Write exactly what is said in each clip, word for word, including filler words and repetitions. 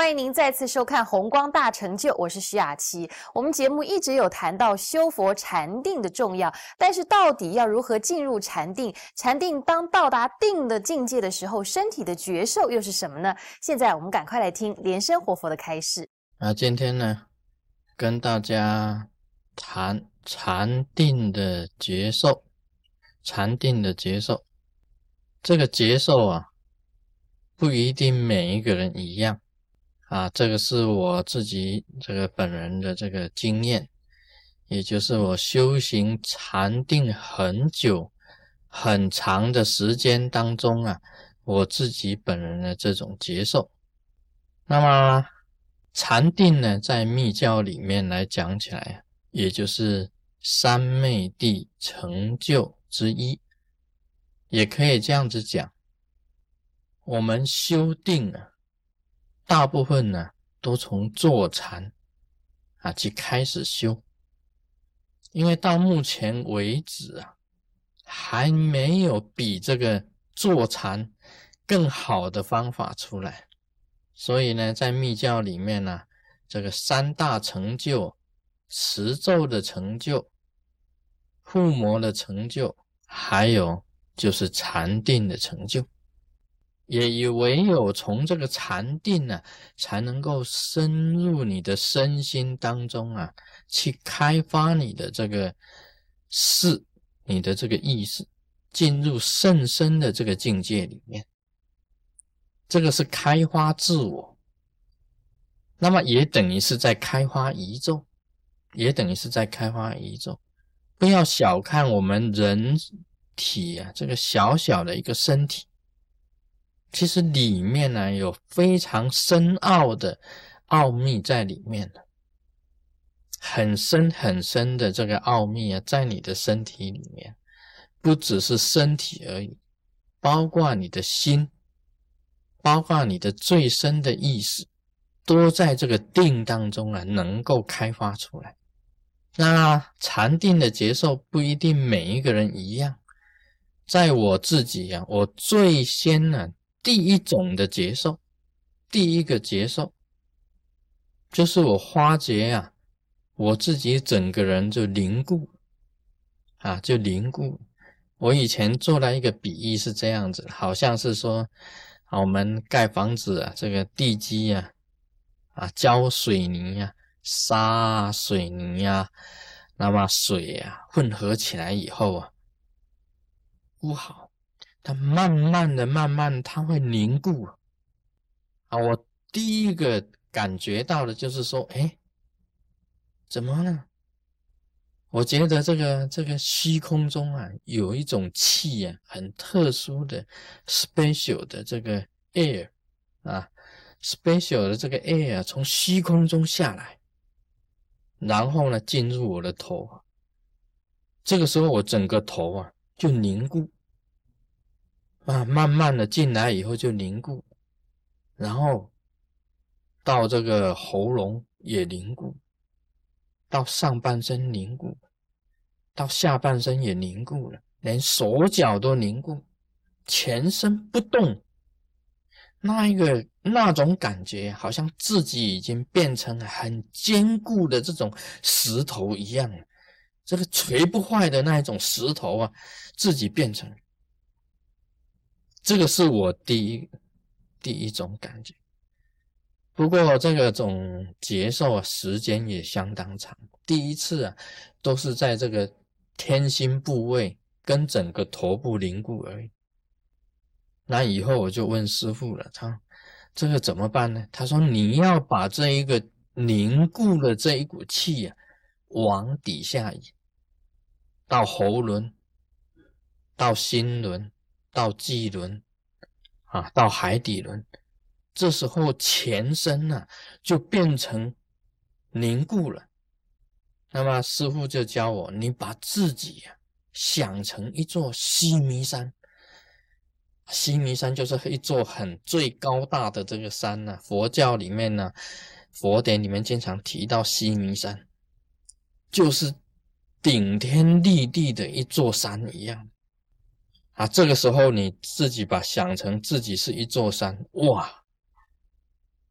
欢迎您再次收看《弘光大成就》，我是徐雅琪。我们节目一直有谈到修佛禅定的重要，但是到底要如何进入禅定？禅定当到达定的境界的时候，身体的觉受又是什么呢？现在我们赶快来听莲生活佛的开示。 啊，今天呢，跟大家谈禅定的觉受，禅定的觉受。这个觉受啊，不一定每一个人一样啊，这个是我自己这个本人的这个经验，也就是我修行禅定很久、很长的时间当中啊，我自己本人的这种觉受。那么禅定呢，在密教里面来讲起来，也就是三昧地成就之一，也可以这样子讲。我们修定啊，大部分呢都从坐禅啊去开始修，因为到目前为止啊，还没有比这个坐禅更好的方法出来。所以呢，在密教里面呢、啊，这个三大成就，持咒的成就，护摩的成就，还有就是禅定的成就，也唯有从这个禅定呢、啊，才能够深入你的身心当中啊，去开发你的这个识，你的这个意识，进入甚深的这个境界里面。这个是开发自我，那么也等于是在开发宇宙，也等于是在开发宇宙。不要小看我们人体啊，这个小小的一个身体，其实里面呢、啊、有非常深奥的奥秘在里面的，很深很深的这个奥秘啊，在你的身体里面，不只是身体而已，包括你的心，包括你的最深的意识，都在这个定当中啊，能够开发出来。那禅定的觉受不一定每一个人一样，在我自己啊，我最先呢、啊，第一种的觉受，第一个觉受，就是我发觉啊，我自己整个人就凝固啊，就凝固。我以前做了一个比喻是这样子，好像是说，啊，我们盖房子啊，这个地基啊，啊，浇水泥啊，沙啊，水泥啊，那么水啊混合起来以后啊，不好，它慢慢的、慢慢的它会凝固啊。我第一个感觉到的就是说，哎，怎么了？我觉得这个这个虚空中啊，有一种气啊，很特殊的 special 的这个 air 啊 special 的这个 air 啊，从虚空中下来，然后呢进入我的头，这个时候我整个头啊就凝固啊，慢慢的进来以后就凝固，然后到这个喉咙也凝固，到上半身凝固，到下半身也凝固了，连手脚都凝固，全身不动。那一个那种感觉，好像自己已经变成很坚固的这种石头一样，这个锤不坏的那一种石头啊，自己变成。这个是我第一第一种感觉。不过这个种觉受啊，时间也相当长。第一次啊，都是在这个天心部位跟整个头部凝固而已。那以后我就问师父了，他这个怎么办呢？他说你要把这一个凝固的这一股气啊，往底下移，到喉轮，到心轮，到际轮啊，到海底轮。这时候全身啊就变成凝固了。那么师父就教我，你把自己啊想成一座须弥山。须弥山就是一座很最高大的这个山呢、啊，佛教里面呢、啊，佛典里面经常提到须弥山，就是顶天立地的一座山一样啊。这个时候你自己把想成自己是一座山，哇，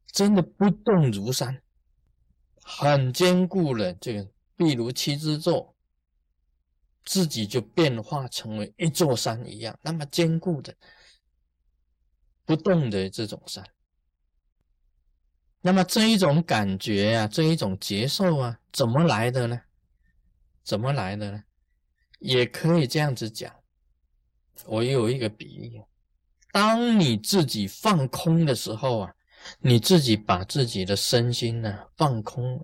真的不动如山，很坚固的这个，譬如七支座，自己就变化成为一座山一样，那么坚固的不动的这种山。那么这一种感觉啊，这一种接受啊，怎么来的呢？怎么来的呢？也可以这样子讲，我有一个比喻，当你自己放空的时候啊，你自己把自己的身心呢、啊、放空，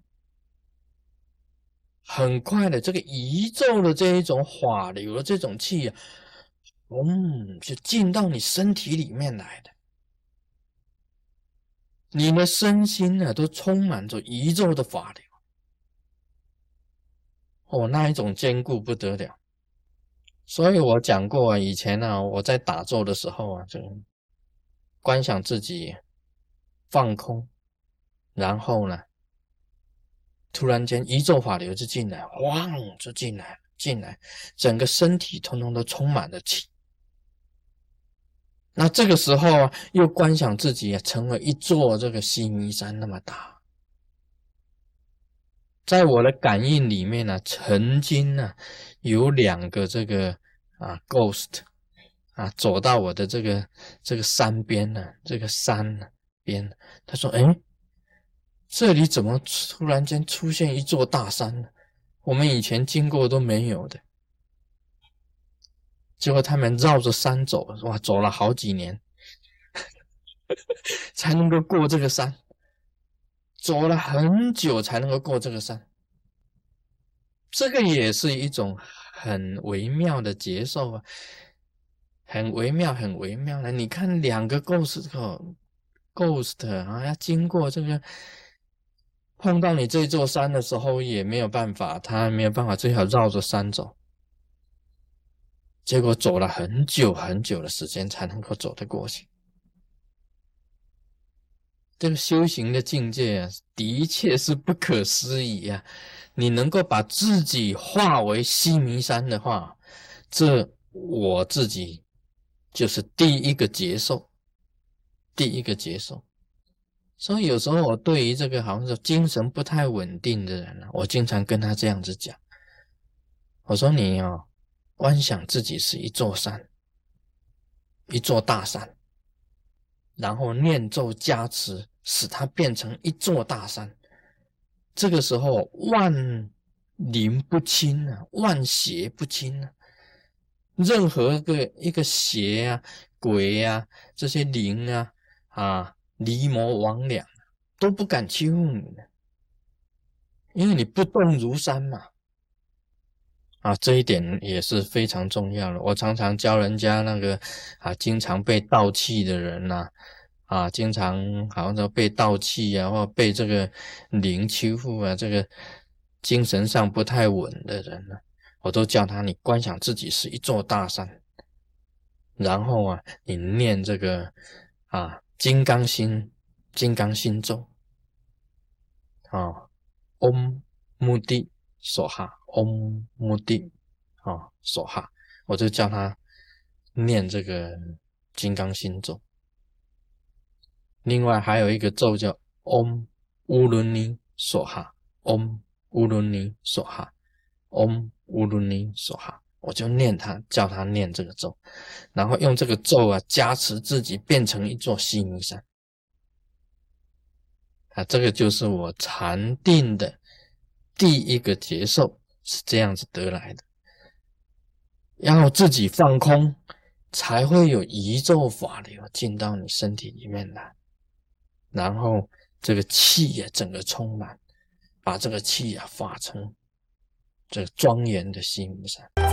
很快的这个宇宙的这一种法流的这种气啊，嗯，就进到你身体里面来的。你的身心呢、啊，都充满着宇宙的法流。哦，那一种坚固不得了。所以我讲过啊，以前呢、啊，我在打坐的时候啊，就观想自己放空，然后呢，突然间宇宙法流就进来，汪就进来，进来，整个身体通通都充满了气。那这个时候啊，又观想自己啊，成为一座这个西弥山那么大。在我的感应里面呢、啊，曾经呢、啊、有两个这个啊 ghost 啊走到我的这个这个山边呢、啊，这个山边，他说：“哎，这里怎么突然间出现一座大山呢？我们以前经过都没有的。”结果他们绕着山走，哇，走了好几年才能够过这个山，走了很久才能够过这个山。这个也是一种很微妙的接受啊，很微妙，很微妙的。你看两个 ghost ghost 啊，要经过这个，碰到你这座山的时候也没有办法，他没有办法，最好绕着山走。结果走了很久很久的时间才能够走得过去。这个修行的境界啊，的确是不可思议啊！你能够把自己化为西弥山的话，这我自己就是第一个接受，第一个接受。所以有时候我对于这个好像是精神不太稳定的人啊，我经常跟他这样子讲，我说你哦，观想自己是一座山，一座大山，然后念咒加持，使它变成一座大山。这个时候万灵不侵啊，万邪不侵啊，任何一个一个邪啊、鬼啊、这些灵啊、啊离魔魍魉都不敢欺负你的，因为你不动如山嘛。啊，这一点也是非常重要的。我常常教人家那个啊，经常被盗气的人呐、啊，啊，经常好像说被盗气啊，或被这个灵欺负啊，这个精神上不太稳的人呢、啊，我都叫他你观想自己是一座大山，然后啊，你念这个啊金刚心金刚心咒啊，嗡目的所哈，嗡目的啊所哈，我就叫他念这个金刚心咒。另外还有一个咒叫嗡乌伦尼所哈，嗡乌伦尼所哈，嗡乌伦尼所哈，我就念他，叫他念这个咒，然后用这个咒啊加持自己变成一座西弥山。啊，这个就是我禅定的第一个接受，是这样子得来的。要自己放空，才会有宇宙法流进到你身体里面来，然后这个气也整个充满，把这个气啊化成这个庄严的西弥山。